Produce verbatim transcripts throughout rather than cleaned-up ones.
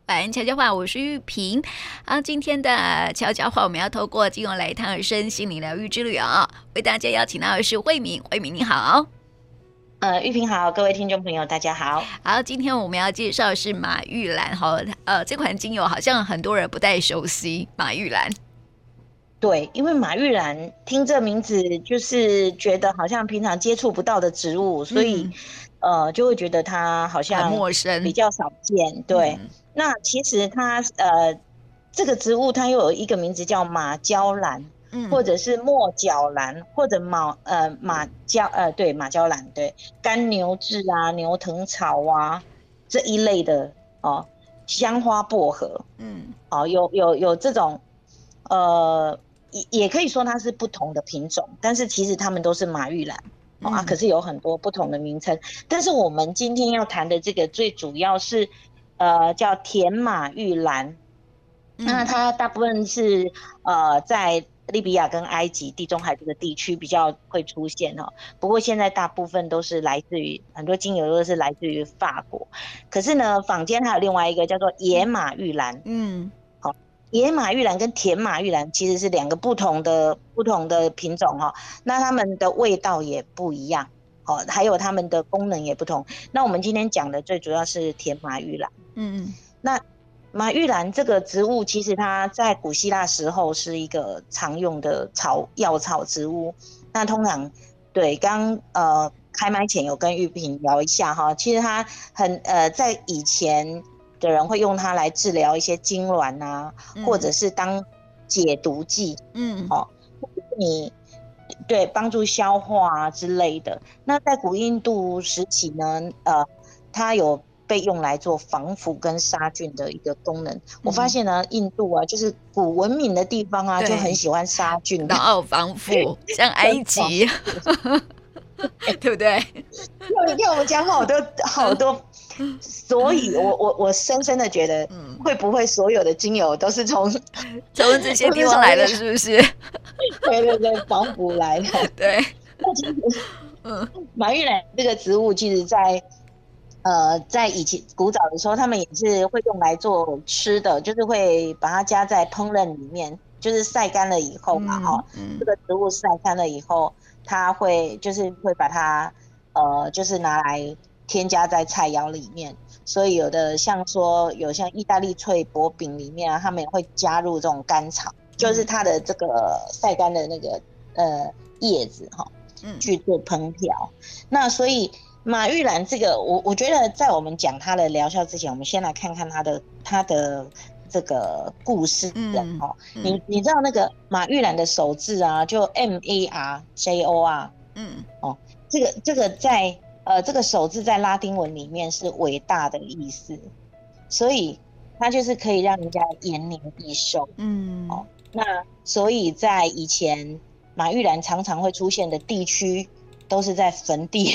版悄悄话，我是玉萍啊。今天的悄悄话，我们要透过金融来一趟身心灵疗愈之旅啊，为大家邀请到的是慧敏，慧敏你好。 呃，玉萍好，各位听众朋友，大家好。 好，今天我们要介绍的是马玉兰哈，呃，这款精油好像很多人不太熟悉，马玉兰。 对，因为马玉兰听这名字就是觉得好像平常接触不到的植物，所以、嗯、呃就会觉得它好像很陌生， 比较少见。对，嗯、那其实它呃这个植物它又有一个名字叫马焦兰。嗯、或者是墨角兰，或者马呃马焦呃对马焦兰，对干牛至啊、牛藤草啊这一类的哦，香花薄荷，嗯，哦有有有这种呃也也可以说它是不同的品种，但是其实它们都是马玉兰、哦、啊，可是有很多不同的名称。但是我们今天要谈的这个最主要是呃叫甜马玉兰，嗯、那它大部分是呃在利比亚跟埃及地中海这个地区比较会出现哦，不过现在大部分都是来自于很多精油都是来自于法国，可是呢，坊间还有另外一个叫做野马玉兰，嗯，好、哦，野马玉兰跟甜马玉兰其实是两个不同的不同的品种哦，那它们的味道也不一样，哦，还有它们的功能也不同。那我们今天讲的最主要是甜马玉兰，嗯嗯，那。马玉兰这个植物，其实它在古希腊时候是一个常用的草药草植物。那通常，对，刚呃开麦前有跟玉萍聊一下哈，其实它很呃在以前的人会用它来治疗一些痉挛啊，嗯、或者是当解毒剂，嗯，哦，你对帮助消化啊之类的。那在古印度时期呢，呃，它有被用来做防腐跟杀菌的一个功能。嗯、我发现呢，印度啊，就是古文明的地方啊，就很喜欢杀菌， 然后防腐，像埃及，对不对？ 你看我们讲好多好多，所以我我我深深的觉得，会不会所有的精油都是从从这些地方来的，是不是？ 对对对，防腐来的。 对。 那其实，嗯，马玉兰这个植物，其实在。呃，在以前古早的时候，他们也是会用来做吃的，就是会把它加在烹饪里面，就是晒干了以后嘛，哈、嗯嗯，这个植物晒干了以后，它会就是会把它呃，就是拿来添加在菜肴里面。所以有的像说有像意大利脆薄饼里面啊，他们也会加入这种甘草，就是它的这个晒干的那个呃叶子哈，嗯，去做烹调。那所以。马玉兰这个，我我觉得在我们讲它的疗效之前，我们先来看看它的它的这个故事人、嗯哦嗯、你你知道那个马玉兰的首字啊，就 M A R J O R， 嗯，哦，这个这个在呃这个首字在拉丁文里面是伟大的意思，所以它就是可以让人家延年益寿，嗯，哦，那所以在以前马玉兰常常会出现的地区。都是在坟地，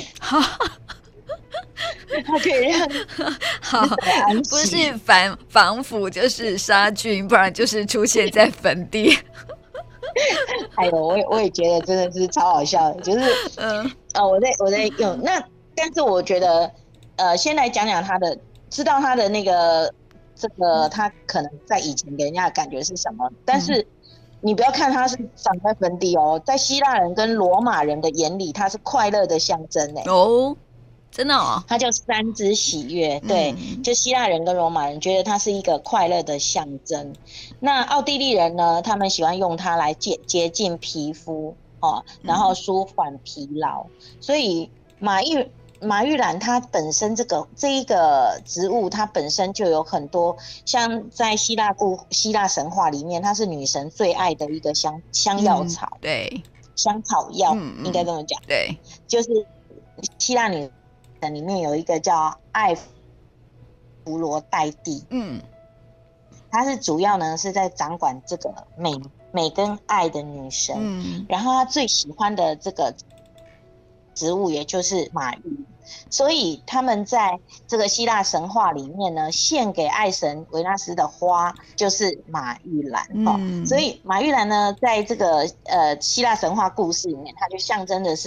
它可以让好，不是防防腐就是杀菌，不然就是出现在坟地。 哎呦，我也我也觉得真的是超好笑的，就是嗯，呃，我在我在用那，但是我觉得，呃，先来讲讲它的，知道它的那个这个，它可能在以前给人家的感觉是什么，但是。嗯你不要看它是长在坟地哦，在希腊人跟罗马人的眼里，它是快乐的象征哎。 哦，真的哦。 它叫三之喜悦，对，嗯、就希腊人跟罗马人觉得它是一个快乐的象征。那奥地利人呢，他们喜欢用它来洁洁净皮肤哦，然后舒缓疲劳。嗯、所以马玉。马玉兰它本身这个这一个植物，它本身就有很多像在希腊故希腊神话里面，它是女神最爱的一个香香药草， 嗯、对， 香草药、嗯、应该这么讲， 对， 就是希腊女神里面有一个叫艾弗罗代蒂，嗯，她是主要呢是在掌管这个美美跟爱的女神，嗯，然后她最喜欢的这个植物也就是马玉。所以他们在这个希腊神话里面呢，献给爱神维纳斯的花就是马玉兰、嗯哦、所以马玉兰呢，在这个呃希腊神话故事里面，它就象征的是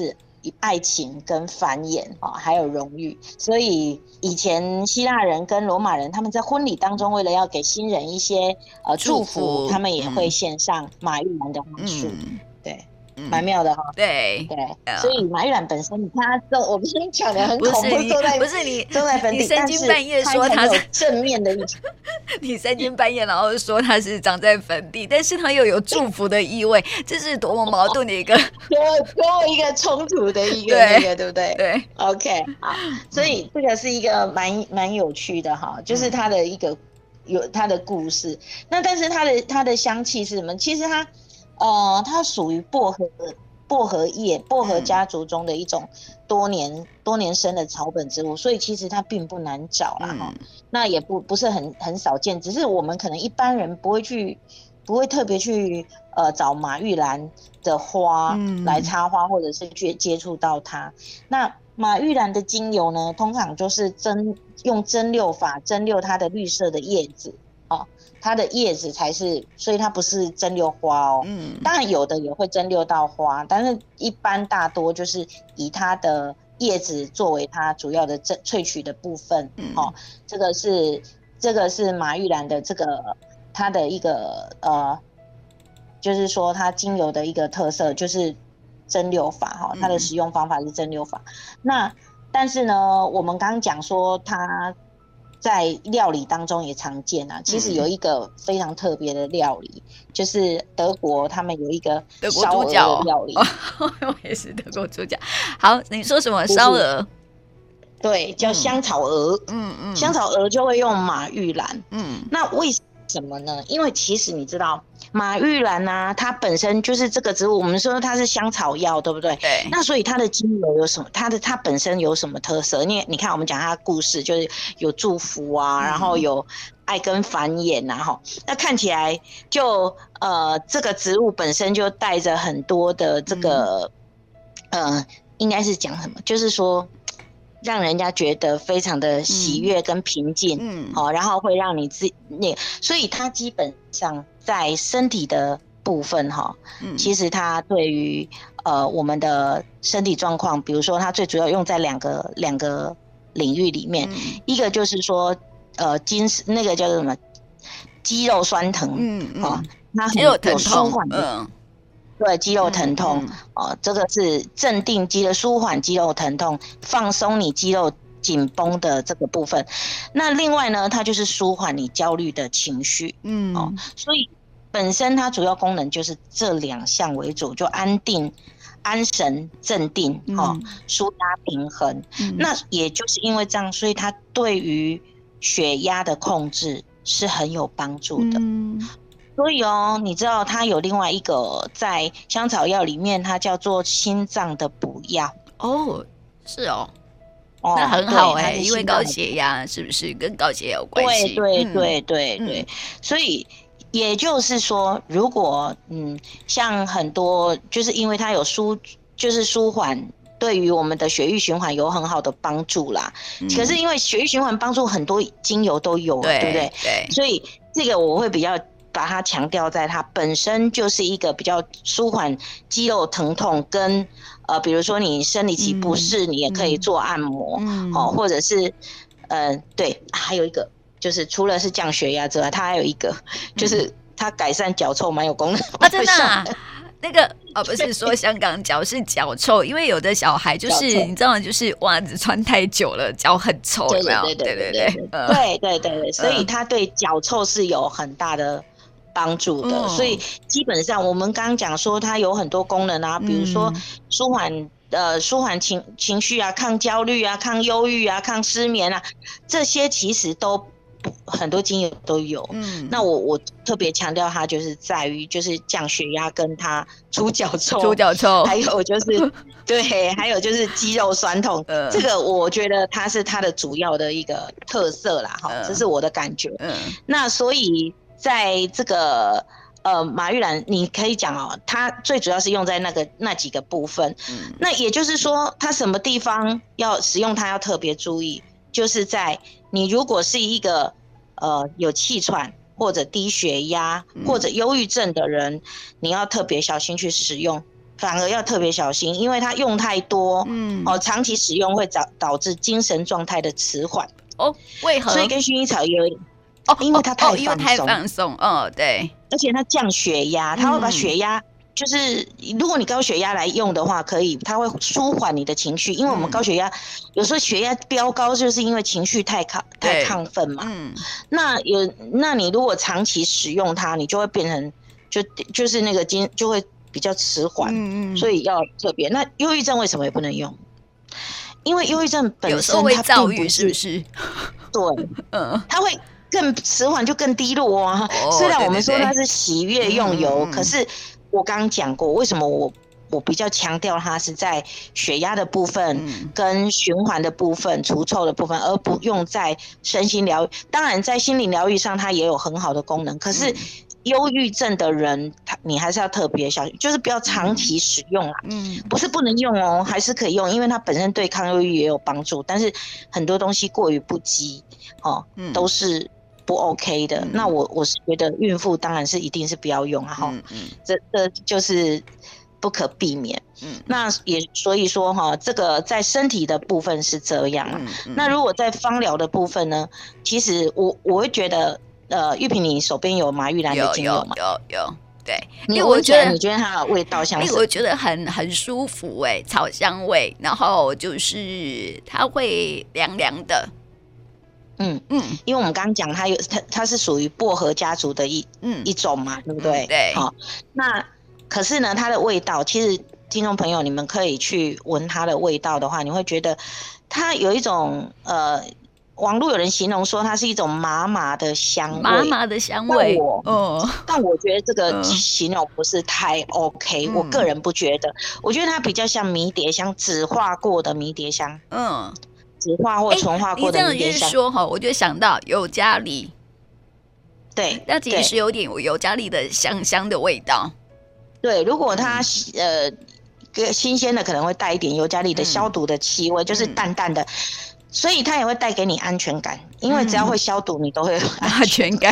爱情跟繁衍啊，还有荣誉。所以以前希腊人跟罗马人他们在婚礼当中，为了要给新人一些呃祝福，他们也会献上马玉兰的花束，嗯、对。蛮妙的哈、哦， 对对，所以马玉兰本身，你看他坐，我跟你讲的很恐怖，坐在不是你坐在坟地， 你三更半夜说他是正面的一种， 你三更半夜然后说他是长在坟地，但是他又有祝福的意味，这是多么矛盾的一个， 多多一个冲突的一个那个，对不对？ 对 ，OK， 好，所以这个是一个蛮蛮有趣的哈，就是他的一个有他的故事，那但是他的他的香气是什么？其实他。呃，它属于薄荷薄荷叶薄荷家族中的一种多年、嗯、多年生的草本植物，所以其实它并不难找啦哈、嗯。那也不不是很很少见，只是我们可能一般人不会去不会特别去呃找马玉兰的花来插花，嗯、或者是去接触到它。那马玉兰的精油呢，通常就是蒸用蒸馏法蒸馏它的绿色的叶子哦。它的叶子才是，所以它不是蒸馏花哦。嗯，当然有的也会蒸馏到花，但是一般大多就是以它的叶子作为它主要的萃取的部分。嗯，哦，这个是这个是马玉兰的这个它的一个呃，就是说它精油的一个特色就是蒸馏法哈、哦，它的使用方法是蒸馏法。嗯、那但是呢，我们刚刚讲说它。在料理当中也常见啊，其实有一个非常特别的料理，嗯、就是德国他们有一个烧鹅的料理。 我也是德国猪脚。好，你说什么烧鹅？ 对，叫香草鹅。嗯嗯，香草鹅就会用马玉兰。嗯，那为什么呢？因为其实你知道。马玉兰啊，它本身就是这个植物，我们说它是香草药，对不对？ 对。 那所以它的精油有什么？它的它本身有什么特色？你你看，我们讲它的故事，就是有祝福啊，嗯、然后有爱跟繁衍啊，哈。那看起来就呃，这个植物本身就带着很多的这个、嗯、呃，应该是讲什么？就是说。让人家觉得非常的喜悦跟平静，嗯，好、哦，然后会让你自那，所以它基本上在身体的部分哈、嗯，其实它对于呃我们的身体状况，比如说它最主要用在两个两个领域里面，嗯、一个就是说呃筋那个叫做什么肌肉酸疼，嗯嗯，哦、它很有舒缓的。嗯对，肌肉疼痛、嗯嗯哦、这个是镇定肌的舒缓肌肉疼痛，放松你肌肉紧绷的这个部分。那另外呢，它就是舒缓你焦虑的情绪。嗯、哦，所以本身它主要功能就是这两项为主，就安定、安神、镇定，哦，舒压平衡、嗯。那也就是因为这样，所以它对于血压的控制是很有帮助的。嗯所以哦，你知道它有另外一个在香草药里面，它叫做心脏的补药哦，是哦，哦那很好哎、欸，因为高血压是不是跟高血压有关系？ 对对对对对、嗯，所以也就是说，如果嗯，像很多就是因为它有舒，就是舒缓。对于我们的血液循环有很好的帮助啦、嗯，可是因为血液循环帮助很多精油都有， 对, 对不对？ 对， 所以这个我会比较把它强调在它本身就是一个比较舒缓肌肉疼痛跟呃，比如说你生理期不适，嗯、你也可以做按摩，嗯、哦，或者是呃，对，还有一个就是除了是降血压之外，它还有一个就是它改善脚臭蛮有功能啊，真的、啊。那个哦，不是说香港脚是脚臭，因为有的小孩就是你知道吗？就是袜子穿太久了，脚很臭，有没有？ 对对对对对对、呃、对对对对，所以它对脚臭是有很大的帮助的。嗯、所以基本上我们刚刚讲说它有很多功能啊，比如说舒缓呃舒缓情情绪啊，抗焦虑啊，抗忧郁啊，抗失眠啊，这些其实都。很多精油都有，嗯，那我我特别强调它就是在于就是降血压跟它除脚臭， 除脚臭， 还有就是对，还有就是肌肉酸痛，呃、这个我觉得它是它的主要的一个特色啦，哈、呃，这是我的感觉。嗯、呃，那所以在这个呃马玉兰，你可以讲哦，它最主要是用在那个那几个部分，嗯，那也就是说，它什么地方要使用它要特别注意，就是在你如果是一个呃有气喘或者低血压或者忧郁症的人，嗯、你要特别小心去使用反而要特别小心，因为它用太多，嗯，哦，长期使用会导导致精神状态的迟缓。 哦，为何？ 所以跟薰衣草有，哦，因为它太放松， 哦，因为太放松，哦，对， 而且它降血压，它会把血压。嗯就是如果你高血压来用的话，可以，它会舒缓你的情绪，因为我们高血压、嗯、有时候血压飙高，就是因为情绪太亢太亢奋嘛。嗯，那有，那你如果长期使用它，你就会变成就就是那个精就会比较迟缓，嗯嗯，所以要特别。那忧郁症为什么也不能用？因为忧郁症本身它躁郁，是不是？ 对，嗯，它会更迟缓，就更低落啊。哦、虽然我们说它是喜悦用油，嗯、可是。我刚刚讲过，为什么我我比较强调它是在血压的部分、嗯、跟循环的部分、除臭的部分，而不用在身心疗愈。当然，在心理疗愈上，它也有很好的功能。可是，忧郁症的人，他你还是要特别小心，就是不要长期使用啦。嗯，不是不能用哦，还是可以用，因为它本身对抗忧郁也有帮助。但是很多东西过于不及，哦，嗯、都是。不 OK 的，嗯、那我我是觉得孕妇当然是一定是不要用啊，哈、嗯嗯，这这就是不可避免。嗯，那也所以说哈，这个在身体的部分是这样、啊嗯嗯、那如果在芳疗的部分呢，其实我我会觉得，呃，玉萍你手边有马玉兰的精油吗？ 有有 有, 有对， 因为我觉得你觉得它的味道像什么？ 因为我觉得很很舒服哎、欸，草香味，然后就是它会凉凉的。 嗯嗯，因为我们刚刚讲它有它它是属于薄荷家族的一嗯一种嘛，对不对？ 嗯、对。 好、哦，那可是呢，它的味道，其实听众朋友你们可以去闻它的味道的话，你会觉得它有一种呃，网络有人形容说它是一种麻麻的香味， 麻麻的香味。 我哦，但我觉得这个形容不是太 OK，、嗯、我个人不觉得，我觉得它比较像迷迭香，紫化过的迷迭香。嗯。紫化或纯化过的迷迭香。你这样一说哈，我就想到尤加利。 对， 那其实有点有尤加利的香香的味道。 对，如果它、嗯、呃新鲜的，可能会带一点尤加利的消毒的气味，嗯、就是淡淡的，所以它也会带给你安全感，因为只要会消毒，你都会有安全感。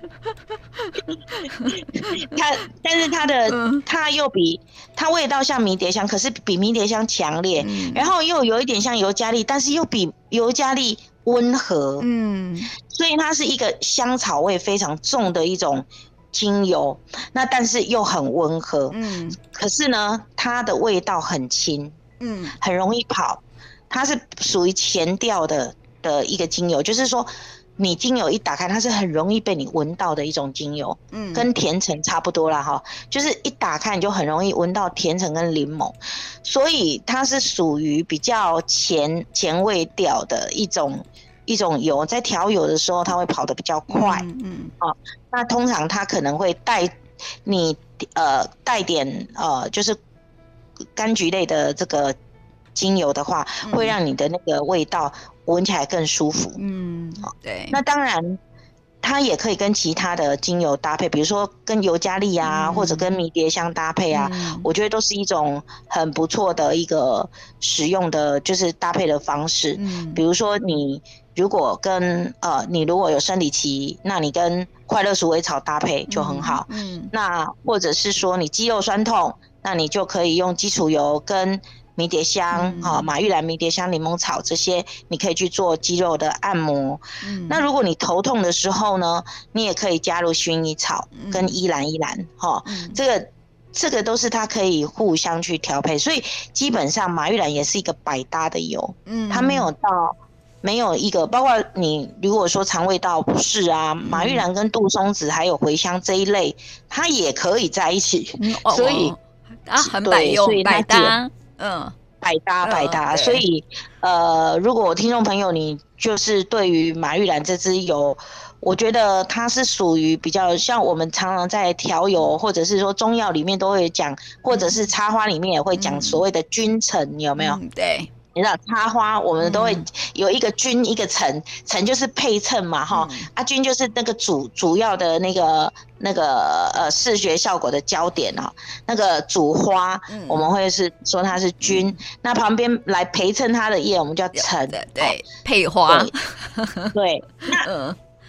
它，但是它的、嗯、它又比它味道像迷迭香，可是比迷迭香强烈、嗯，然后又有一点像尤加利，但是又比尤加利温和，嗯，所以它是一个香草味非常重的一种精油，那但是又很温和，嗯，可是呢，它的味道很轻，嗯，很容易跑，它是属于前调的的一个精油，就是说。你精油一打开，它是很容易被你闻到的一种精油，嗯，跟甜橙差不多啦哈，就是一打开你就很容易闻到甜橙跟柠檬，所以它是属于比较前前味调的一种一种油，在调油的时候它会跑得比较快，嗯嗯，哦，那通常它可能会带你呃带点呃就是柑橘类的这个精油的话，嗯、会让你的那个味道。闻起来更舒服，嗯，对。那当然，它也可以跟其他的精油搭配，比如说跟尤加利啊，嗯、或者跟迷迭香搭配啊、嗯，我觉得都是一种很不错的一个使用的，就是搭配的方式。嗯，比如说你如果跟呃，你如果有生理期，那你跟快乐鼠尾草搭配就很好。嗯，嗯那或者是说你肌肉酸痛，那你就可以用基础油跟。迷迭香、嗯哦、马玉兰、迷迭香、柠檬草这些，你可以去做肌肉的按摩。嗯、那如果你头痛的时候呢，你也可以加入薰衣草跟依兰依兰，哈、嗯哦，这个这个都是它可以互相去调配，所以基本上马玉兰也是一个百搭的油，嗯，它没有到没有一个，包括你如果说肠胃道不适啊，嗯、马玉兰跟杜松子还有茴香这一类，它也可以在一起，嗯哦、所以它很百用百搭。嗯， 百搭百搭、嗯，所以呃，如果听众朋友你就是对于马玉兰这支油，我觉得它是属于比较像我们常常在调油或者是说中药里面都会讲，或者是插花里面也会讲所谓的君臣，有没有？ 嗯、对。 你知道插花，我们都会有一个君一个臣，臣就是配衬嘛，哈、嗯，啊君就是那个主主要的那个那个呃视觉效果的焦点哦，那个主花、嗯、我们会是说它是君、嗯，那旁边来陪衬它的叶我们叫臣， 对对，配花， 对，对那、嗯、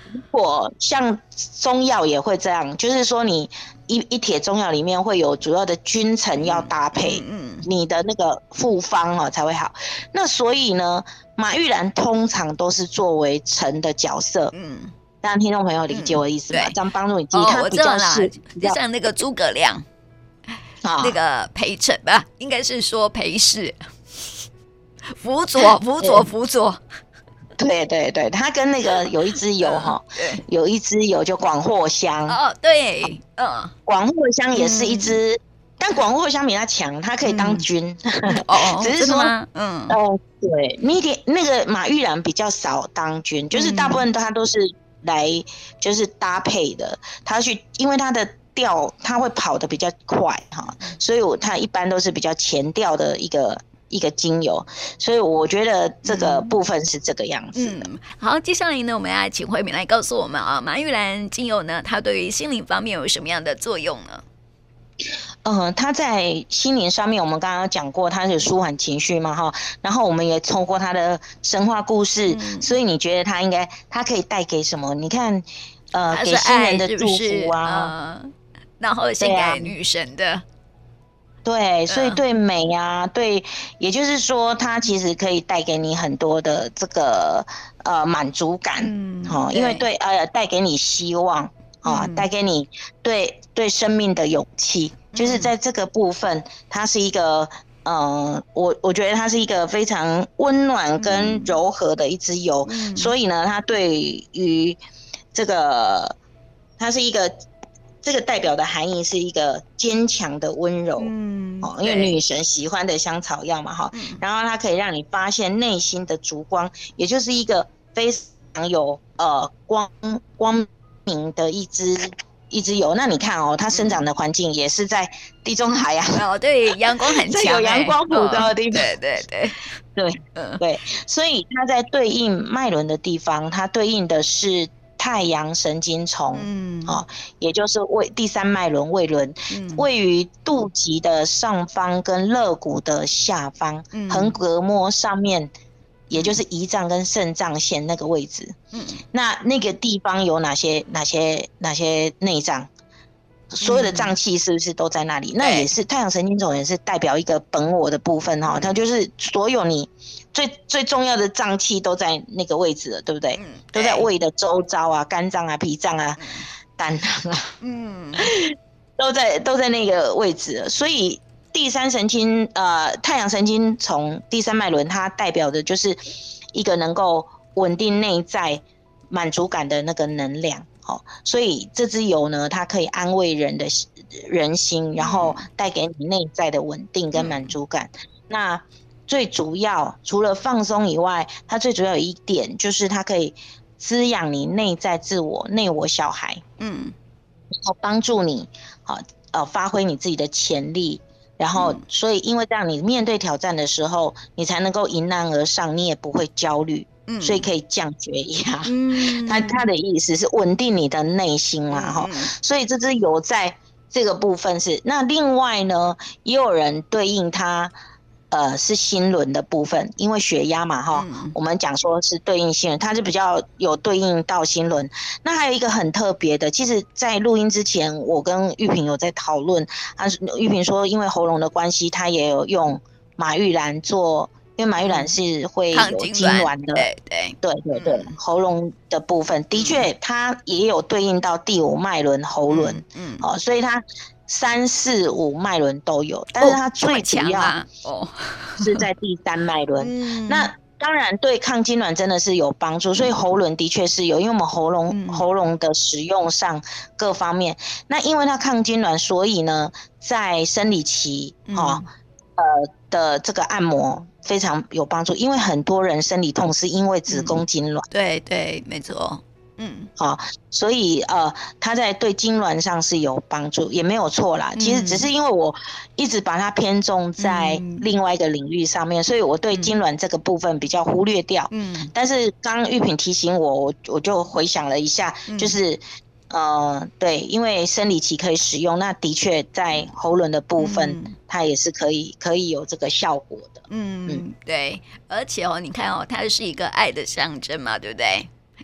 如果像中药也会这样，就是说你一一帖中药里面会有主要的君臣要搭配，嗯嗯、你的那个复方哦才会好。那所以呢，马玉兰通常都是作为臣的角色，嗯。让听众朋友理解我的意思吗？嗯、这样帮助你记忆。 哦， 它比较是就像那个诸葛亮，啊、那个陪衬吧，应该是说陪侍，辅佐，辅佐，辅佐。 对对对，它跟那个有一支油哈，嗯、有一支油就广藿香。 哦，对，嗯， 广藿香也是一支，嗯、但广藿香比它强，它可以当君。嗯、哦，只是说，嗯，哦，对，那点那个马玉兰比较少当君，就是大部分它都是。来就是搭配的，他去，因为他的调他会跑得比较快哈，所以我他一般都是比较前调的一个一个精油，所以我觉得这个部分是这个样子的。 嗯、好，接下来呢，我们要请慧敏来告诉我们啊，马玉兰精油呢，它对于心灵方面有什么样的作用呢？ 嗯，它在心灵上面，我们刚刚讲过，它是舒缓情绪嘛，哈。然后我们也透过它的神话故事，嗯、所以你觉得它应该，它可以带给什么？你看，呃，给新人的祝福啊， 呃、然后献给女神的， 对，所以对美啊，嗯、对，也就是说，它其实可以带给你很多的这个呃满足感，嗯，哦，因为对呃带给你希望。啊，带给你对对生命的勇气，就是在这个部分，它是一个，呃，我我觉得它是一个非常温暖跟柔和的一支油，嗯、所以呢，它对于这个，它是一个这个代表的含义是一个坚强的温柔，嗯，哦，因为女神喜欢的香草药嘛，哈，嗯、然后它可以让你发现内心的烛光，也就是一个非常有呃光光。的一支一支油，那你看哦，它生长的环境也是在地中海啊， 哦，对，阳光很强， 有阳光普照的地方， 对对对对对对，所以它在对应脉轮的地方，它对应的是太阳神经丛，嗯，哦，也就是胃第三脉轮胃轮，嗯、位于肚脐的上方跟肋骨的下方，嗯、横膈膜上面。也就是胰脏跟肾脏线那个位置，嗯，那那个地方有哪些哪些哪些内脏？所有的脏器是不是都在那里？嗯、那也是太阳神经丛，也是代表一个本我的部分哈，嗯、它就是所有你最最重要的脏器都在那个位置了，对不对？嗯、都在胃的周遭啊，肝脏啊、脾脏啊、胆囊啊，嗯，都在都在那个位置了，所以。第三神经，呃，太阳神经丛第三脉轮，它代表的就是一个能够稳定内在满足感的那个能量，哦，所以这支油呢，它可以安慰人的人心，然后带给你内在的稳定跟满足感。嗯、那最主要除了放松以外，它最主要有一点就是它可以滋养你内在自我、内我小孩，嗯，然后帮助你，好、呃，发挥你自己的潜力。然后，所以因为这样，你面对挑战的时候，你才能够迎难而上，你也不会焦虑，嗯，所以可以降血压。嗯，他他的意思是稳定你的内心嘛，哈、嗯。所以这支油在这个部分是。那另外呢，也有人对应它，呃，是心轮的部分，因为血压嘛，哈、嗯，我们讲说是对应心轮，它是比较有对应到心轮。那还有一个很特别的，其实在录音之前，我跟玉萍有在讨论，他玉萍说，因为喉咙的关系，他也有用马玉兰做，因为马玉兰是会有痉挛的， 对对对对对，嗯、喉咙的部分的确，它也有对应到第五脉轮喉轮，嗯，嗯哦，所以它。三四五脉轮都有，但是它最主要是在第三脉轮。哦嗯、那当然对抗痉挛真的是有帮助，所以喉轮的确是有，因为我们喉咙、嗯、喉咙的使用上各方面，那因为它抗痉挛，所以呢，在生理期哈、嗯哦、呃的这个按摩非常有帮助，因为很多人生理痛是因为子宫痉挛。 嗯、对对，没错。嗯， 好、哦，所以呃，它在对痉挛上是有帮助，也没有错啦。其实只是因为我一直把它偏重在另外一个领域上面，嗯、所以我对痉挛这个部分比较忽略掉。嗯，但是刚玉萍提醒我，我我就回想了一下，嗯、就是呃，对，因为生理期可以使用，那的确在喉轮的部分，嗯、它也是可以可以有这个效果的。 嗯，嗯对，而且哦，你看哦，它是一个爱的象征嘛，对不对？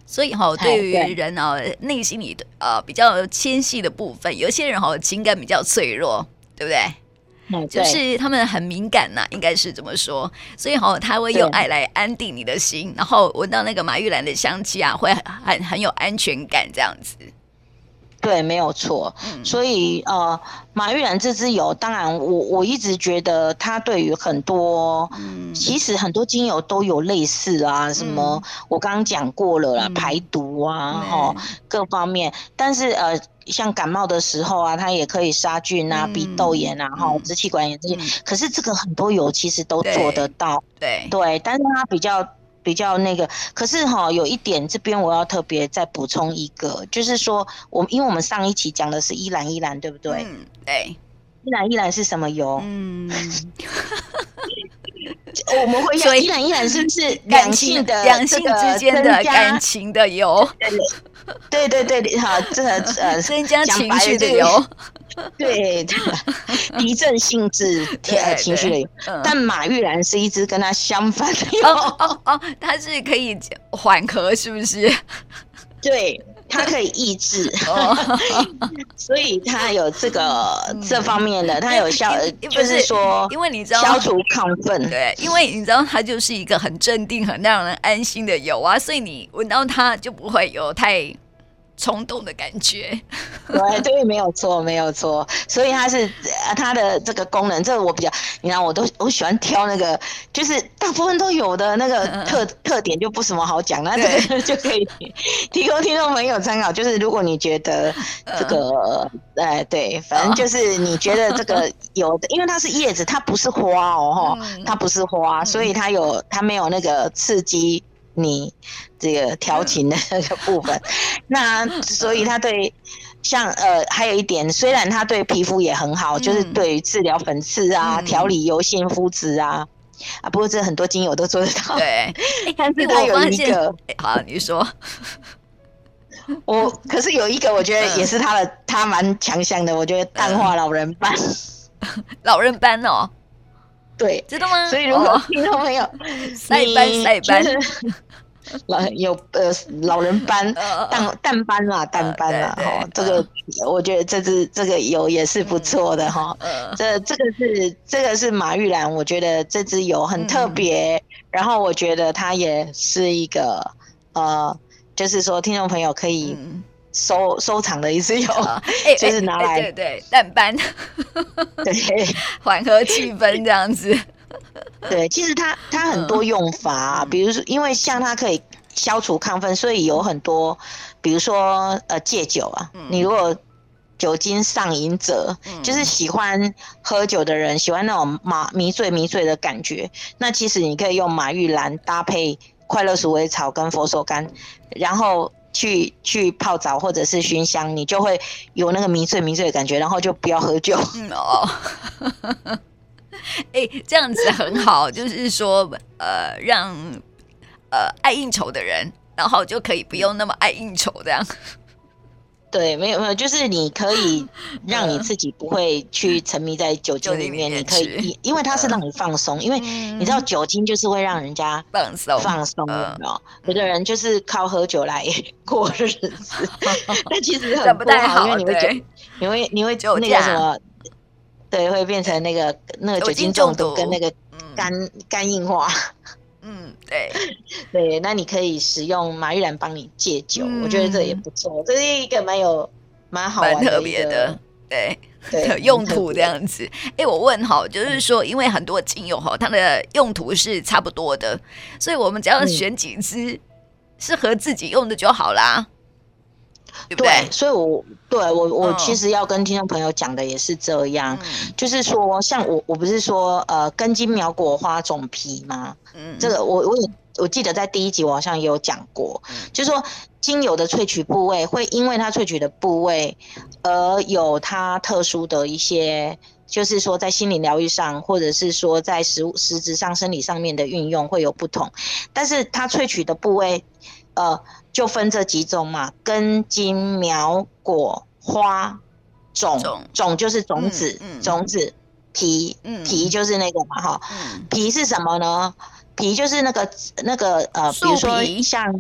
所以哈、哦，对于人哦内心里的呃比较纤细的部分，有些人哈、哦、情感比较脆弱，对不对？嗯、就是他们很敏感呐、啊，应该是这么说。所以哈、哦，他会用爱来安定你的心，然后闻到那个马玉兰的香气啊，会很很有安全感，这样子。 对，没有错。嗯、所以呃，马玉兰这支油，当然我我一直觉得它对于很多，嗯、其实很多精油都有类似啊，什么、嗯、我刚刚讲过了啦，嗯、排毒啊，哈、嗯，各方面。但是呃，像感冒的时候啊，它也可以杀菌啊，嗯、鼻窦炎啊，哈、嗯，支气管炎这些。嗯、可是这个很多油其实都做得到， 对对，但是它比较。比较那个，可是哈、哦，有一点这边我要特别再补充一个，就是说，我因为我们上一期讲的是依兰依兰，对不对？ 嗯，对。 依兰依兰是什么油？嗯，我们会用依兰依兰是不是两性的两性之间的感情的油？ 对对对对，好，这个呃， 增加情绪的油。 对，提振兴致、呃情绪的油，嗯、但马玉兰是一支跟它相反的油。 哦哦哦，它是可以缓和，是不是？ 对，它可以抑制，哦、所以它有这个、嗯、这方面的，它有消，就是说， 因为你知道消除亢奋。 对，因为你知道它就是一个很镇定、很让人安心的油啊，所以你闻到它就不会有太冲动的感觉。 对对，没有错，没有错。所以它是它的这个功能，这个我比较，你看，我都我喜欢挑那个，就是大部分都有的那个特、嗯、特点，就不什么好讲，那这个就可以提供听众朋友参考。就是如果你觉得这个，嗯、哎，对，反正就是你觉得这个有的，因为它是叶子，它不是花哦，嗯、它不是花，嗯、所以它有它没有那个刺激你这个调情的那个部分，那所以它对像呃还有一点，虽然它对皮肤也很好，嗯、就是对于治疗粉刺啊、调、嗯、理油性肤质啊，啊，不过这很多精油都做得到。 对， 但是它有一个， 好，你说， 我可是有一个，我觉得也是它的，它蛮强项的，我觉得淡化老人斑， 嗯、老人斑哦。 对， 知道吗？ 所以如果听众朋友晒斑晒斑， 老有呃老人斑、淡淡斑啦、淡斑啦，哈，这个我觉得这支这个油也是不错的哈。这这个是这个是马玉兰，我觉得这支油很特别，然后我觉得它也是一个呃，就是说听众朋友可以收收藏的一支油，欸、就是拿来、 欸、对对淡斑， 对， 缓和气氛这样子。 对，其实它它很多用法、嗯，比如说，因为像它可以消除亢奋，所以有很多，比如说呃戒酒啊，嗯、你如果酒精上瘾者、嗯，就是喜欢喝酒的人，喜欢那种马迷醉迷醉的感觉，那其实你可以用马玉兰搭配快乐鼠尾草跟佛手柑，然后去去泡澡或者是熏香，你就会有那个迷醉迷醉的感觉，然后就不要喝酒。 嗯哦。哎、欸，这样子很好，就是说，呃，让呃爱应酬的人，然后就可以不用那么爱应酬，这样。 对，没有没有，就是你可以让你自己不会去沉迷在酒精里面，你可以，因为它是让你放松，因为你知道酒精就是会让人家放松放松的，有的人就是靠喝酒来过日子，但其实很不好，因为你会酒，你会你会那个什么。对，会变成那个那个酒精中毒跟那个肝肝硬化。 嗯，对对，那你可以使用马玉兰帮你戒酒、嗯，我觉得这也不错，这是一个蛮有蛮好玩的、 蛮特别的，对的用途这样子。哎、欸，我问哈，就是说，因为很多精油哈，它的用途是差不多的，所以我们只要选几支适合自己用的就好啦。对不对？ 对，所以我对我我其实要跟听众朋友讲的也是这样，嗯、就是说，像我我不是说呃根茎苗果花种皮吗？嗯，这个我我也我记得在第一集我好像也有讲过，嗯、就是说精油的萃取部位会因为它萃取的部位而有它特殊的一些。就是说，在心理疗愈上，或者是说在实物实质上、生理上面的运用会有不同，但是它萃取的部位，呃，就分这几种嘛：根、茎、苗、果、花、种。种就是种子，嗯嗯、种子皮，嗯、皮就是那个嘛，哈、嗯。皮是什么呢？皮就是那个那个呃，比如说像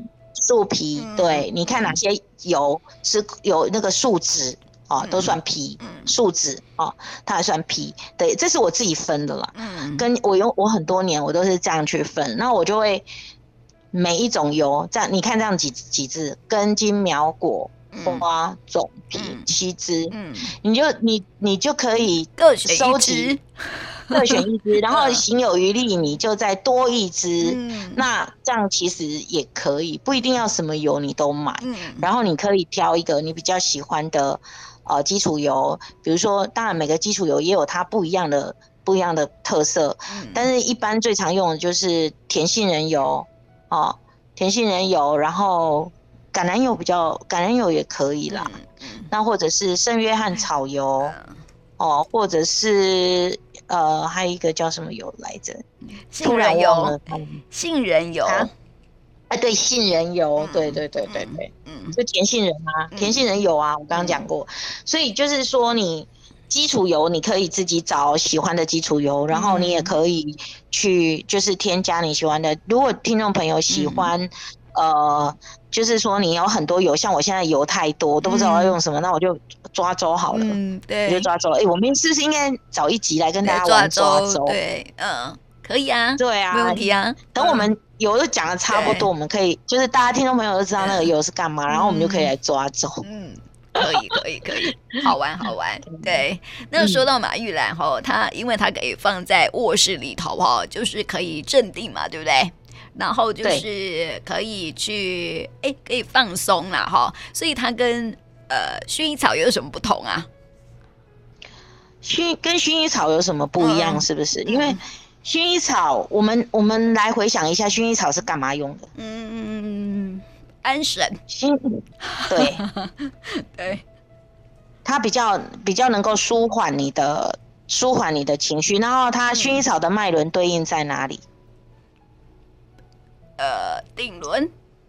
树皮，嗯、对，你看哪些油是有那个树脂哦，都算皮，树脂哦，它还算皮，对，这是我自己分的啦。嗯，跟我用我很多年我都是这样去分，那我就会每一种油这样，你看这样几几支，根茎苗果。花种皮七支，嗯，你就你你就可以各选一支， 各选一支，然后行有余力，你就再多一支，嗯，那这样其实也可以，不一定要什么油你都买，嗯，然后你可以挑一个你比较喜欢的呃基础油，比如说，当然每个基础油也有它不一样的不一样的特色，嗯，但是一般最常用的就是甜杏仁油，哦，甜杏仁油，然后。橄榄油比较，橄榄油也可以啦。嗯嗯、那或者是圣约翰草油，嗯、哦，或者是呃，还有一个叫什么油来着？ 杏仁油。杏仁油。 啊，啊对，杏仁油，嗯、对对对对对，嗯，就甜杏仁啊，嗯、甜杏仁油啊，我刚刚讲过。嗯、所以就是说，你基础油你可以自己找喜欢的基础油，然后你也可以去就是添加你喜欢的。如果听众朋友喜欢，嗯、呃。就是说你有很多油，像我现在油太多，都不知道要用什么，嗯、那我就抓周好了。嗯，对，我就抓周。哎、欸，我们是不是应该找一集来跟大家玩抓周？ 对，嗯，可以啊， 对啊， 没问题啊。 等我们油都讲的差不多，我们可以就是大家听众朋友都知道那个油是干嘛，然后我们就可以来抓周。 嗯，可以，可以，可以，好玩，好玩。对，那说到马玉兰哈，它因为它可以放在卧室里头哈，就是可以镇定嘛，对不对？然后就是可以去哎，可以放松啦哈，所以它跟呃薰衣草有什么不同啊？ 薰跟薰衣草有什么不一样？嗯、是不是？因为薰衣草，我们我们来回想一下，薰衣草是干嘛用的？ 嗯，安神。 薰对对， 它比较比较能够舒缓你的舒缓你的情绪。然后它薰衣草的脉轮对应在哪里？ 呃，顶轮，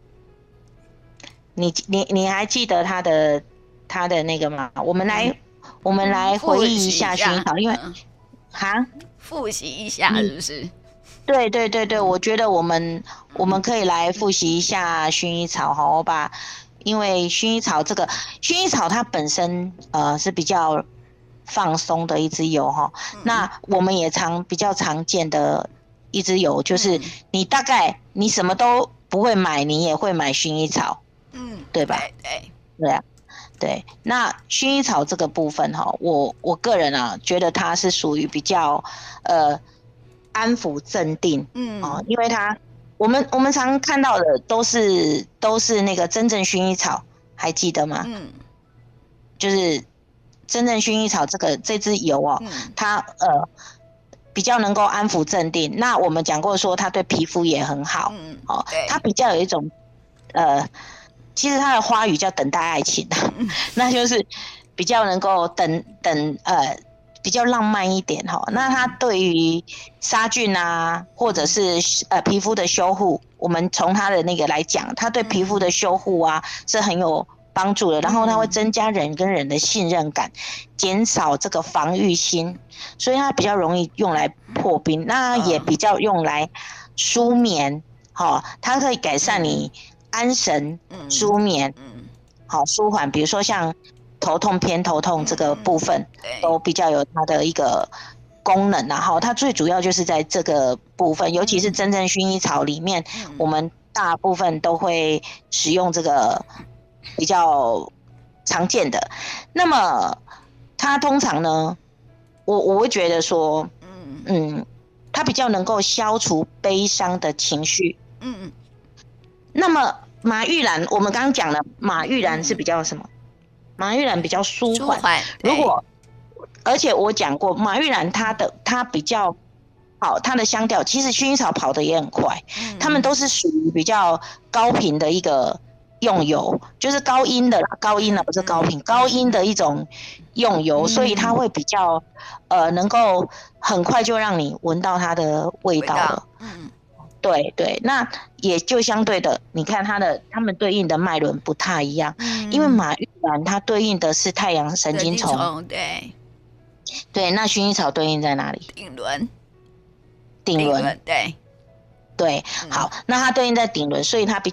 你你你还记得他的他的那个吗？我们来、嗯、我们来回忆一下薰衣草，因为哈， 复习一下是不是？ 对对对对，我觉得我们我们可以来复习一下薰衣草哈，我把因为薰衣草这个薰衣草它本身呃是比较放松的一支油哈，嗯、那我们也常比较常见的。一支油就是你大概你什么都不会买，你也会买薰衣草，嗯，对吧？ 对对对啊，对。那薰衣草这个部分哈，我我个人啊觉得它是属于比较呃安抚镇定，嗯哦，因为它我们我们常看到的都是都是那个真正薰衣草，还记得吗？嗯，就是真正薰衣草这个这支油哦，嗯、它呃。比较能够安抚镇定，那我们讲过说它对皮肤也很好，嗯，哦，它比较有一种，呃，其实它的花语叫等待爱情，嗯、那就是比较能够等等，呃，比较浪漫一点哈、哦。那它对于杀菌啊，或者是呃皮肤的修护，我们从它的那个来讲，它对皮肤的修护啊是很有帮助的，然后它会增加人跟人的信任感，减少这个防御心，所以它比较容易用来破冰，那也比较用来舒眠，好、哦，它可以改善你安神、舒眠，好舒缓，比如说像头痛、偏头痛这个部分，都比较有它的一个功能，然后它最主要就是在这个部分，尤其是真正薰衣草里面，我们大部分都会使用这个。比较常见的，那么它通常呢，我我会觉得说，嗯嗯，它比较能够消除悲伤的情绪，嗯嗯。那么马玉兰，我们刚刚讲了，马玉兰是比较什么？嗯、马玉兰比较舒缓。如果，而且我讲过，马玉兰它的它比较好，它的香调其实薰衣草跑得也很快，嗯、它们都是属于比较高频的一个。用油就是高音的啦，高音的不是高频，高音的一种用油，所以它会比较呃能够很快就让你闻到它的味道了。嗯，对对，那也就相对的，你看它的它们对应的脉轮不太一样，嗯、因为马玉兰它对应的是太阳神经丛， 对对，那薰衣草对应在哪里？ 顶轮， 顶轮， 对。 对，好，那它对应在顶轮，所以它比较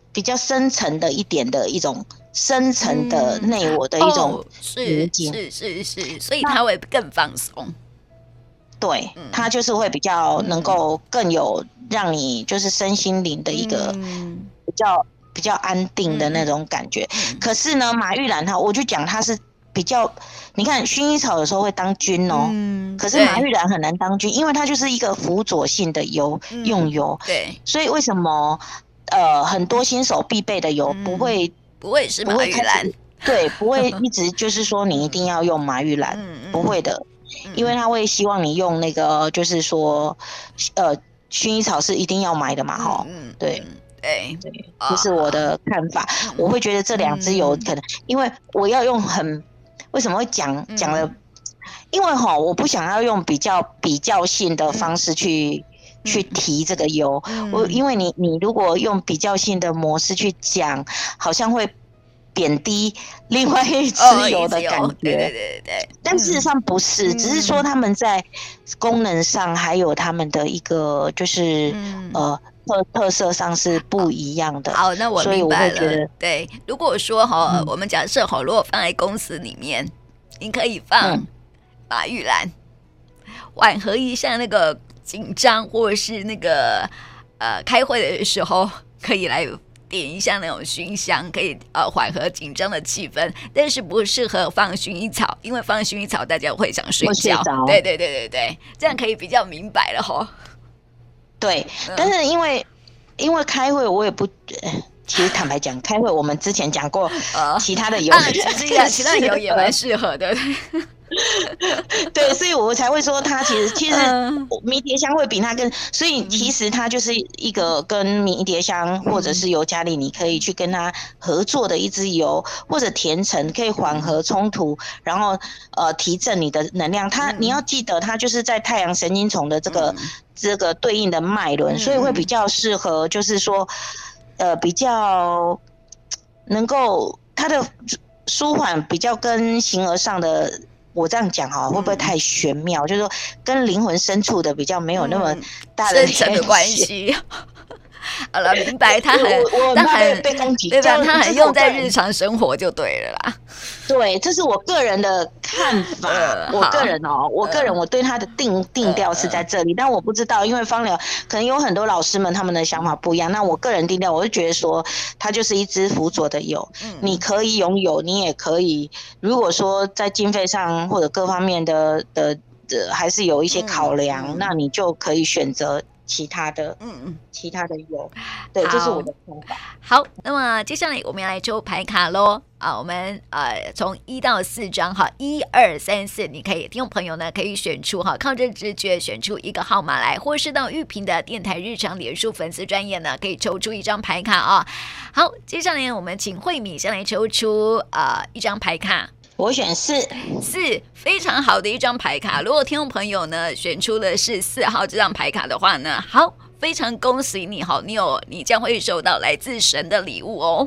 比较深层的一点的一种深层的内我的一种是是是是，所以他会更放松。 对，他就是会比较能够更有让你就是身心灵的一个比较比较安定的那种感觉。可是呢，马玉兰哈，我就讲它是比较，你看薰衣草有时候会当君哦，可是马玉兰很难当君，因为它就是一个辅佐性的油，用油。对，所以为什么呃很多新手必备的油不会不会是马玉兰？ 对，不会一直就是说你一定要用马玉兰，不会的。因为他会希望你用那个，就是说，呃，薰衣草是一定要买的嘛，哈、嗯嗯，对，对，对，这是我的看法。嗯、我会觉得这两支油可能，因为我要用很，为什么会讲讲了？因为哈，我不想要用比较比较性的方式去、嗯、去提这个油，嗯、我因为你你如果用比较性的模式去讲，好像会贬低另外一支油的感觉，哦、对对对对，但事实上不是，嗯、只是说他们在功能上还有他们的一个就是、嗯、呃特特色上是不一样的。 好，那我明白了。对，如果说哈、嗯，我们假设哈，如果放在公司里面，你可以放马玉兰，嗯、缓和一下那个紧张，或者是那个呃开会的时候可以来点一下那种熏香，可以呃缓和紧张的气氛，但是不适合放薰衣草，因为放薰衣草大家会想睡觉。对对对对对，这样可以比较明白了吼。 对，嗯、但是因为因为开会我也不，其实坦白讲，开会我们之前讲过，呃，其他的油， 啊、其实其他的油也蛮适合的。 对，所以我才会说它其实其实迷迭香会比它更，所以其实它就是一个跟迷迭香或者是尤加利，你可以去跟它合作的一支油，或者甜橙可以缓和冲突，然后呃提振你的能量。它你要记得，它就是在太阳神经丛的这个这个对应的脉轮，所以会比较适合，就是说呃比较能够它的舒缓比较跟形而上的。我这样讲哈，会不会太玄妙？嗯、就是说，跟灵魂深处的比较没有那么大的深层的关系。好了，明白他很， 他很被攻击， 对吧？他很用在日常生活就对了啦。 对，这是我个人的看法。呃、我个人哦，我个人我对他的定定调是在这里，但我不知道，因为芳疗可能有很多老师们他们的想法不一样。那我个人定调，我就觉得说，它就是一支辅佐的油，嗯、你可以拥有，你也可以。如果说在经费上或者各方面的的的还是有一些考量，嗯、那你就可以选择。其他的，嗯嗯，其他的有，对，这是我的看法。 好，那么接下来我们要来抽牌卡喽啊！我们呃从一到四张哈，一二三四，你可以听众朋友呢可以选出哈，靠着直觉选出一个号码来，或是到玉屏的电台日常脸书粉丝专页呢，可以抽出一张牌卡啊。好，接下来我们请慧敏先来抽出呃一张牌卡。 我选四， 四非常好的一张牌卡。如果听众朋友呢选出的是四号这张牌卡的话呢，好，非常恭喜你哈，你有你将会收到来自神的礼物哦。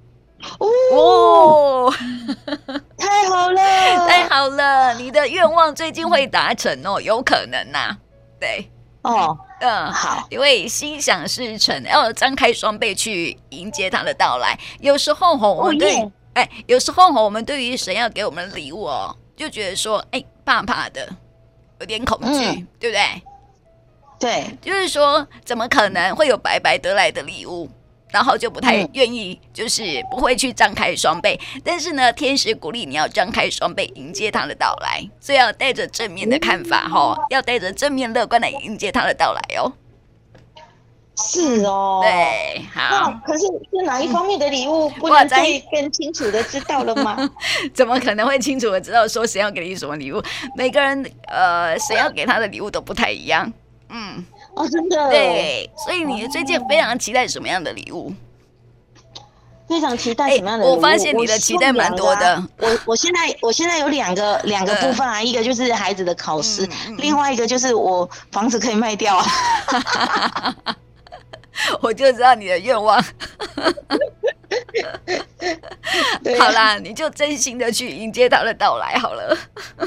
哦，太好了， 太好了，你的愿望最近会达成哦，有可能呐、啊，对。 哦，嗯，好， 因为心想事成，要张开双臂去迎接他的到来。有时候吼，我对。哦哎，有时候我们对于神要给我们的礼物哦，就觉得说，哎，怕怕的，有点恐惧，嗯、对不对？ 对， 就是说，怎么可能会有白白得来的礼物？然后就不太愿意，嗯、就是不会去张开双臂。但是呢，天使鼓励你要张开双臂迎接他的到来，所以要带着正面的看法哈、哦，要带着正面乐观来迎接他的到来哦。 是哦， 对，好。 可是是哪一方面的礼物，不能再更清楚的知道了吗？ 怎么可能会清楚的知道说谁要给你什么礼物？每个人呃，谁要给他的礼物都不太一样。嗯， 哦，真的。 对，所以你最近非常期待什么样的礼物？ 非常期待什么样的礼物？ 我发现你的期待蛮多的。 啊、我我现在我现在有两个两个部分啊，呃、一个就是孩子的考试，嗯嗯、另外一个就是我房子可以卖掉啊。 我就知道你的愿望。好啦，你就真心的去迎接他的到来好了。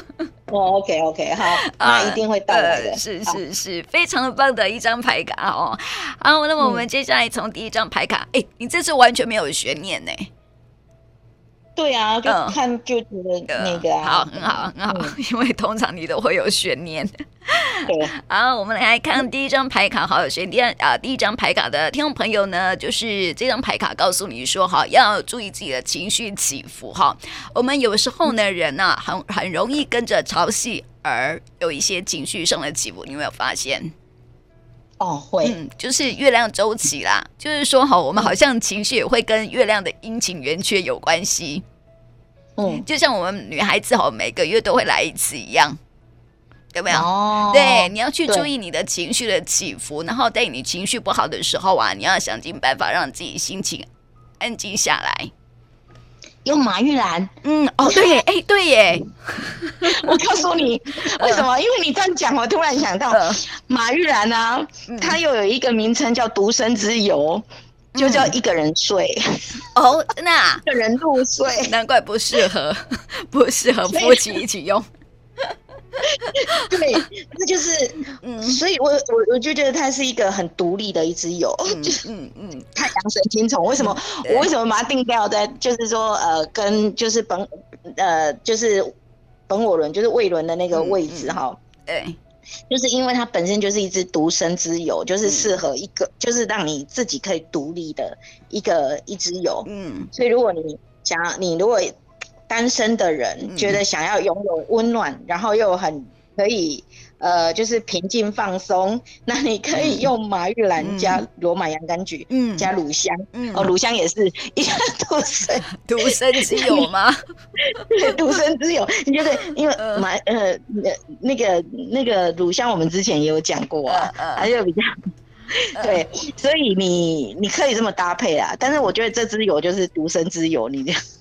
哦 ，OK OK， 好，那一定会到来的。 呃、是是是，非常的棒的一张牌卡哦。好，那么我们接下来从第一张牌卡，哎、嗯，你这次完全没有悬念呢。 对啊，就看就觉得那个、啊嗯、好，很好，很好、嗯，因为通常你都会有悬念。 对， 好，我们来看第一张牌卡，好有悬念啊！第一张牌卡的听众朋友呢，就是这张牌卡告诉你说，哈，要注意自己的情绪起伏哈。我们有时候呢，人啊，很很容易跟着潮汐而有一些情绪上的起伏，你有没有发现？ 哦，会， 嗯，就是月亮周期啦，就是说哈，我们好像情绪也会跟月亮的阴晴圆缺有关系。嗯，就像我们女孩子哈，每个月都会来一次一样，有没有？哦，对，你要去注意你的情绪的起伏，然后在你情绪不好的时候啊，你要想尽办法让自己心情安静下来。 用马玉兰， 嗯，哦，对耶，哎，对耶， 我告诉你为什么？因为你这样讲，我突然想到，呃、马玉兰啊，嗯、它又有一个名称叫独身之油，就叫一个人睡。 嗯、哦，那一个人入睡， 难怪不适合，不适合夫妻一起用。 对，那就是，嗯，所以我我我就觉得它是一个很独立的一支油，嗯嗯嗯，太阳神经虫。为什么、嗯、我为什么把它定调在，就是说呃，跟就是本呃就是本我轮，就是胃轮的那个位置哈、嗯嗯，对，就是因为它本身就是一支独身之油，就是适合一个、嗯，就是让你自己可以独立的一个一支油，嗯，所以如果你想要，你如果单身的人觉得想要拥有温暖、嗯，然后又很可以呃，就是平静放松，那你可以用马玉兰加罗马洋甘菊，嗯，加乳香，嗯，哦，乳香也是一个独身独身之友吗？ 对，独身之友，你觉得因为马呃那个那个乳香我们之前也有讲过啊，还、呃、有比较。对，所以你你可以这么搭配啊，但是我觉得这支油就是独身之友，你这样。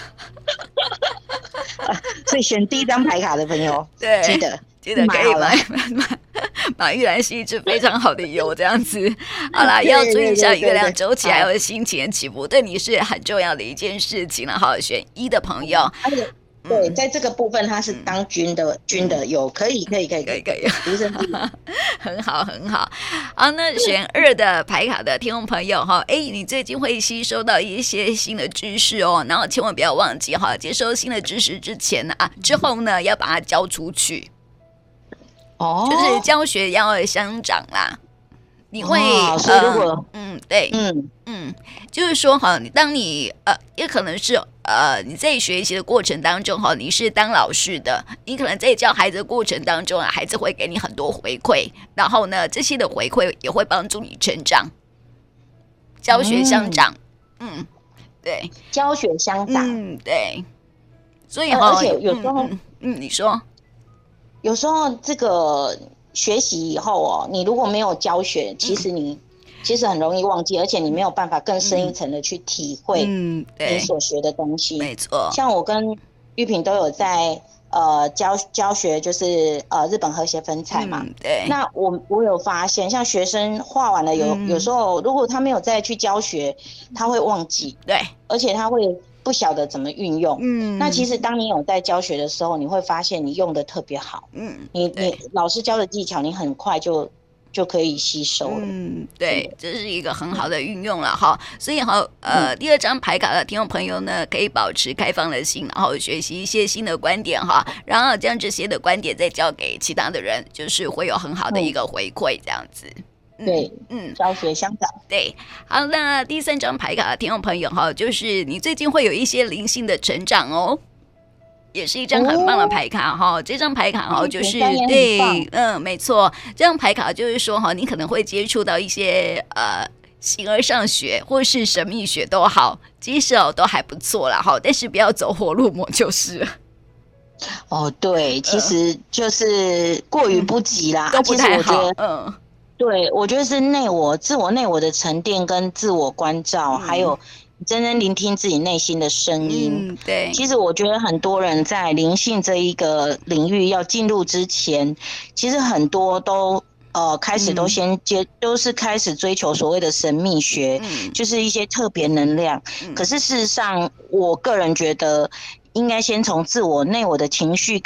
所以选第一张牌卡的朋友， 对， 记得记得可以买买马玉兰是一支非常好的油，这样子。好啦，要注意一下月亮周期还有心情的起伏，对你是很重要的一件事情了。好，选一的朋友。 对，在这个部分它是当军的，军、嗯、的有可以可以可以可以可以， 很好很好。好，那选二的牌卡的听众朋友哈，哎，你最近会吸收到一些新的知识哦，然后千万不要忘记哈，接收新的知识之前呢啊，之后呢要把它交出去，哦，就是教学要相长啦。你会、 哦、所以如果、呃、 嗯对嗯嗯，就是说哈，你当你呃也可能是呃你在学习的过程当中哈，你是当老师的，你可能在教孩子的过程当中啊，孩子会给你很多回馈，然后呢这些的回馈也会帮助你成长，教学相长，嗯, 嗯对， 教学相长， 嗯对，所以哈、呃，而且有时候嗯, 嗯你说， 有时候这个。学习以后哦，你如果没有教学，其实你、嗯、其实很容易忘记，而且你没有办法更深一层的去体会你所学的东西。嗯、 没错， 像我跟玉萍都有在呃教教学，就是呃日本和谐粉彩嘛。 嗯、对。 那我我有发现，像学生画完了有、嗯、有时候，如果他没有再去教学，他会忘记。 对。 而且他会。不晓得怎么运用，嗯，那其实当你有在教学的时候，你会发现你用的特别好，嗯，你你老师教的技巧，你很快就就可以吸收了， 嗯，对，这是一个很好的运用了哈。所以哈，呃、嗯，第二张牌卡的听众朋友呢，可以保持开放的心，然后学习一些新的观点哈，然后将这些的观点再交给其他的人，就是会有很好的一个回馈，这样子。 对，嗯，教学相长。 对，好，那第三张牌卡的听众朋友哈，就是你最近会有一些灵性的成长哦，也是一张很棒的牌卡哈、哦。这张牌卡哈，就是对，嗯，没错，这张牌卡就是说哈，你可能会接触到一些呃形而上学或是神秘学都好，其实哦都还不错啦哈，但是不要走火入魔就是了。 哦，对，其实就是过于不及啦， 嗯、都不太好， 其实我觉得嗯。 对，我觉得是内我、自我内我的沉淀跟自我关照，嗯、还有真正聆听自己内心的声音。 嗯，对。 其实我觉得很多人在灵性这一个领域要进入之前，其实很多都呃开始都先接、嗯、都是开始追求所谓的神秘学，嗯、就是一些特别能量。嗯、可是事实上，我个人觉得应该先从自我内我的情绪跟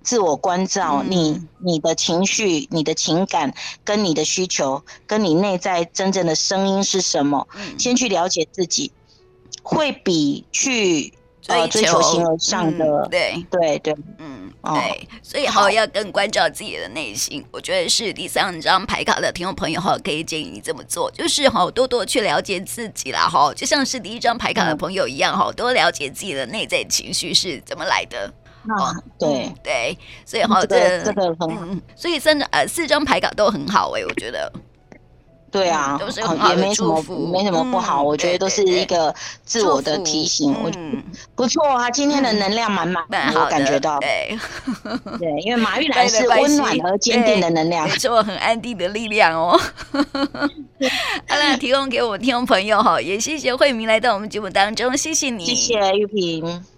自我关照，嗯、你你的情绪、你的情感跟你的需求，跟你内在真正的声音是什么，嗯、先去了解自己，会比去。呃，追求形而上的， 嗯、对对对， 嗯，哦、对，所以好要更关照自己的内心，我觉得是第三张牌卡的听众朋友哈，可以建议你这么做，就是哈多多去了解自己啦哈，就像是第一张牌卡的朋友一样哈，嗯、多了解自己的内在情绪是怎么来的。 啊，对、嗯、 对，所以哈， 这个这个很好， 嗯，所以三呃四张牌卡都很好哎、欸，我觉得。 对啊， 都是很好的祝福， 也没什么没什么不好，嗯、我觉得都是一个自我的提醒。我嗯，不错啊，今天的能量满满， 嗯、 我感觉到。 对， 对，因为马玉兰是温暖而坚定的能量， 没错，很安定的力量哦。好了，提供给我们听众朋友哈，也谢谢慧明来到我们节目当中，谢谢你， 谢谢玉萍。